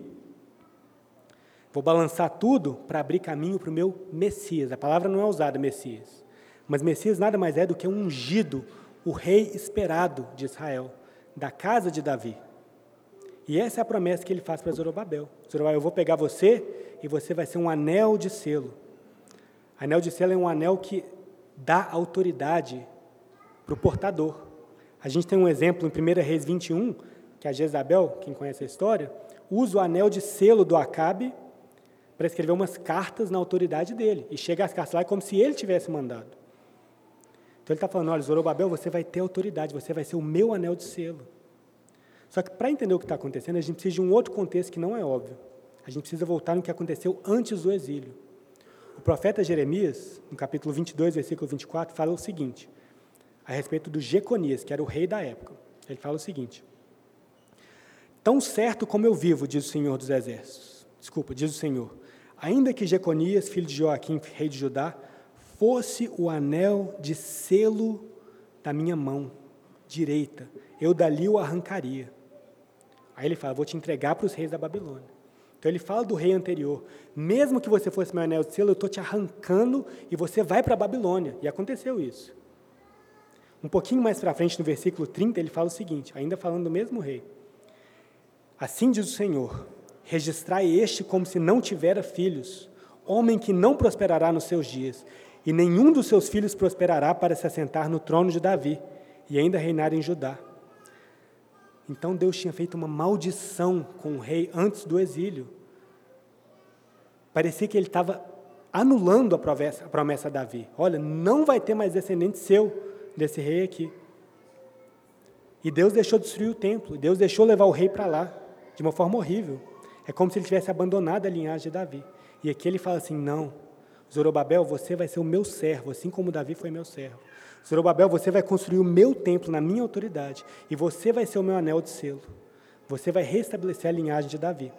vou balançar tudo para abrir caminho para o meu Messias. A palavra não é usada, Messias. Mas Messias nada mais é do que um ungido, o rei esperado de Israel, da casa de Davi. E essa é a promessa que ele faz para Zorobabel. Zorobabel, eu vou pegar você e você vai ser um anel de selo. Anel de selo é um anel que dá autoridade para o portador. A gente tem um exemplo em primeira Reis vinte e um, que a Jezabel, quem conhece a história, usa o anel de selo do Acabe para escrever umas cartas na autoridade dele. E chega as cartas lá como se ele tivesse mandado. Então ele está falando, olha, Zorobabel, você vai ter autoridade, você vai ser o meu anel de selo. Só que para entender o que está acontecendo, a gente precisa de um outro contexto que não é óbvio. A gente precisa voltar no que aconteceu antes do exílio. O profeta Jeremias, no capítulo vinte e dois, versículo vinte e quatro, fala o seguinte, a respeito do Jeconias, que era o rei da época. Ele fala o seguinte, tão certo como eu vivo, diz o Senhor dos Exércitos, desculpa, diz o Senhor, ainda que Jeconias, filho de Joaquim, rei de Judá, fosse o anel de selo da minha mão direita, eu dali o arrancaria. Aí ele fala, vou te entregar para os reis da Babilônia. Então ele fala do rei anterior. Mesmo que você fosse meu anel de selo, eu estou te arrancando e você vai para a Babilônia. E aconteceu isso. Um pouquinho mais para frente, no versículo trinta, ele fala o seguinte, ainda falando do mesmo rei. Assim diz o Senhor, registrai este como se não tivera filhos, homem que não prosperará nos seus dias, e nenhum dos seus filhos prosperará para se assentar no trono de Davi, e ainda reinar em Judá. Então Deus tinha feito uma maldição com o rei antes do exílio. Parecia que ele estava anulando a promessa, a promessa a Davi. Olha, não vai ter mais descendente seu desse rei aqui. E Deus deixou destruir o templo, Deus deixou levar o rei para lá, de uma forma horrível. É como se ele tivesse abandonado a linhagem de Davi. E aqui ele fala assim, não, Zorobabel, você vai ser o meu servo, assim como Davi foi meu servo. Zorobabel, você vai construir o meu templo na minha autoridade, e você vai ser o meu anel de selo. Você vai restabelecer a linhagem de Davi.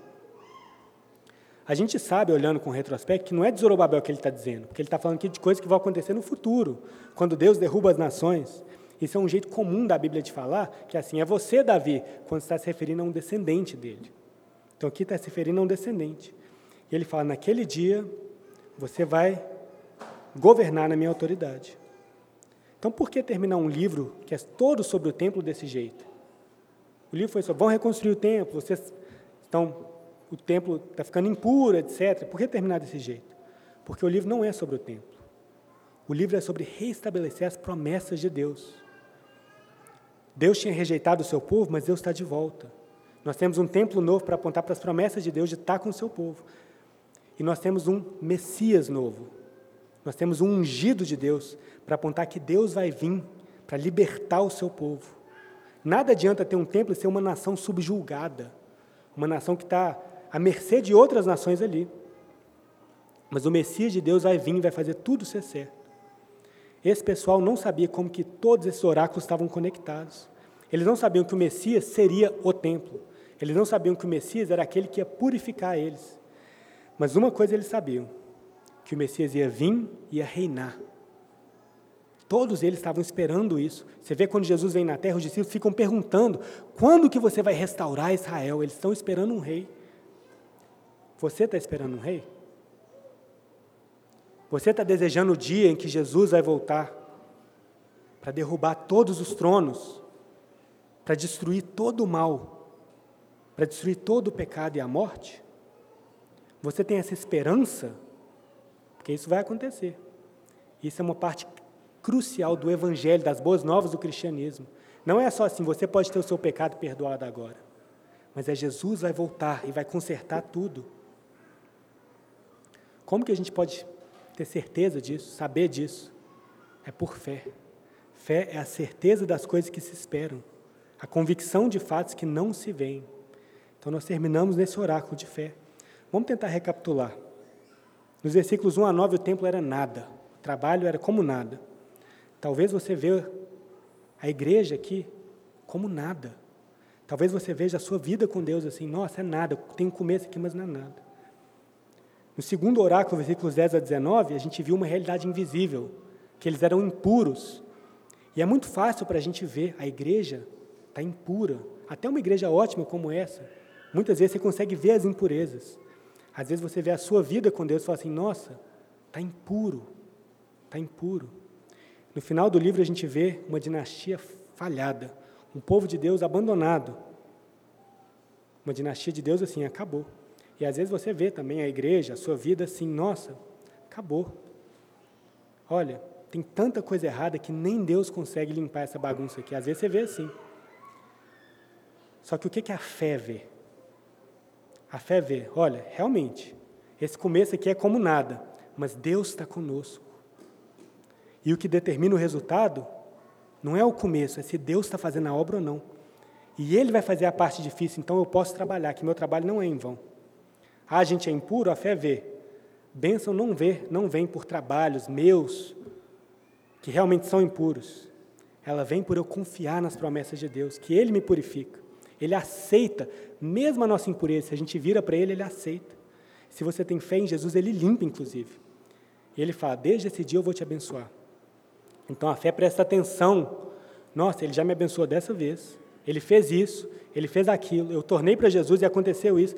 A gente sabe, olhando com retrospecto, que não é de Zorobabel que ele está dizendo, porque ele está falando aqui de coisas que vão acontecer no futuro, quando Deus derruba as nações. Isso é um jeito comum da Bíblia de falar, que assim, é você, Davi, quando está se referindo a um descendente dele. Então aqui está se referindo a um descendente. E ele fala, naquele dia, você vai governar na minha autoridade. Então, por que terminar um livro que é todo sobre o templo desse jeito? O livro foi sobre, vão reconstruir o templo, vocês estão, o templo está ficando impuro, etcétera. Por que terminar desse jeito? Porque o livro não é sobre o templo. O livro é sobre restabelecer as promessas de Deus. Deus tinha rejeitado o seu povo, mas Deus está de volta. Nós temos um templo novo para apontar para as promessas de Deus de estar com o seu povo. E nós temos um Messias novo. Nós temos um ungido de Deus para apontar que Deus vai vir para libertar o seu povo. Nada adianta ter um templo e ser uma nação subjulgada, uma nação que está à mercê de outras nações ali. Mas o Messias de Deus vai vir e vai fazer tudo ser certo. Esse pessoal não sabia como que todos esses oráculos estavam conectados. Eles não sabiam que o Messias seria o templo. Eles não sabiam que o Messias era aquele que ia purificar eles. Mas uma coisa eles sabiam, que o Messias ia vir e ia reinar. Todos eles estavam esperando isso. Você vê quando Jesus vem na terra, os discípulos ficam perguntando, quando que você vai restaurar Israel? Eles estão esperando um rei. Você está esperando um rei? Você está desejando o dia em que Jesus vai voltar para derrubar todos os tronos, para destruir todo o mal, para destruir todo o pecado e a morte? Você tem essa esperança? Porque isso vai acontecer. Isso é uma parte crucial do Evangelho, das boas novas do cristianismo. Não é só assim, você pode ter o seu pecado perdoado agora, mas é Jesus vai voltar e vai consertar tudo. Como que a gente pode ter certeza disso, saber disso? É por fé. Fé é a certeza das coisas que se esperam, a convicção de fatos que não se veem. Então nós terminamos nesse oráculo de fé. Vamos tentar recapitular. Nos versículos um a nove, o templo era nada, o trabalho era como nada. Talvez você veja a igreja aqui como nada. Talvez você veja a sua vida com Deus assim, nossa, é nada, tem um começo aqui, mas não é nada. No segundo oráculo, versículos dez a dezenove, a gente viu uma realidade invisível, que eles eram impuros. E é muito fácil para a gente ver, a igreja está impura. Até uma igreja ótima como essa, muitas vezes você consegue ver as impurezas. Às vezes você vê a sua vida com Deus e fala assim, nossa, está impuro, está impuro. No final do livro a gente vê uma dinastia falhada, um povo de Deus abandonado. Uma dinastia de Deus assim, acabou. E às vezes você vê também a igreja, a sua vida assim, nossa, acabou. Olha, tem tanta coisa errada que nem Deus consegue limpar essa bagunça aqui. Às vezes você vê assim. Só que o que a fé vê? A fé vê, olha, realmente, esse começo aqui é como nada, mas Deus está conosco. E o que determina o resultado não é o começo, é se Deus está fazendo a obra ou não. E Ele vai fazer a parte difícil, então eu posso trabalhar, que meu trabalho não é em vão. Ah, a gente é impuro, a fé vê. Bênção não vê, não vem por trabalhos meus, que realmente são impuros. Ela vem por eu confiar nas promessas de Deus, que Ele me purifica. Ele aceita, mesmo a nossa impureza, se a gente vira para Ele, Ele aceita. Se você tem fé em Jesus, Ele limpa, inclusive. E Ele fala, desde esse dia eu vou te abençoar. Então a fé presta atenção. Nossa, Ele já me abençoou dessa vez. Ele fez isso, Ele fez aquilo. Eu tornei para Jesus e aconteceu isso.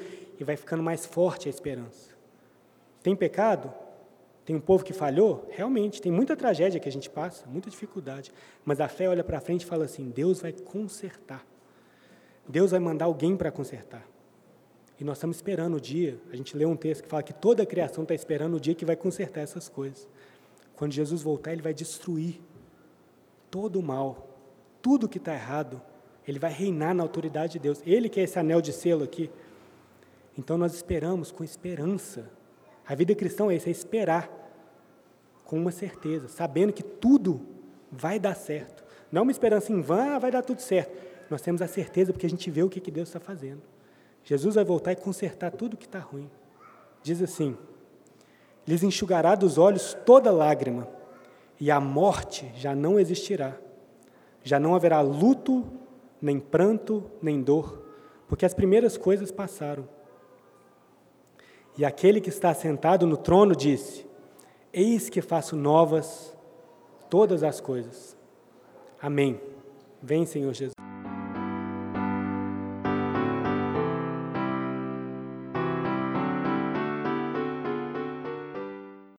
e vai ficando mais forte a esperança. Tem pecado? Tem um povo que falhou? Realmente, tem muita tragédia que a gente passa, muita dificuldade. Mas a fé olha para frente e fala assim, Deus vai consertar. Deus vai mandar alguém para consertar. E nós estamos esperando o dia, a gente lê um texto que fala que toda a criação está esperando o dia que vai consertar essas coisas. Quando Jesus voltar, Ele vai destruir todo o mal, tudo que está errado. Ele vai reinar na autoridade de Deus. Ele que é esse anel de selo aqui. Então nós esperamos com esperança. A vida cristã é isso, é esperar com uma certeza, sabendo que tudo vai dar certo. Não é uma esperança em vão, ah, vai dar tudo certo. Nós temos a certeza porque a gente vê o que, que Deus está fazendo. Jesus vai voltar e consertar tudo que está ruim. Diz assim, lhes enxugará dos olhos toda lágrima, e a morte já não existirá. Já não haverá luto, nem pranto, nem dor, porque as primeiras coisas passaram. E aquele que está sentado no trono disse, eis que faço novas todas as coisas. Amém. Vem, Senhor Jesus.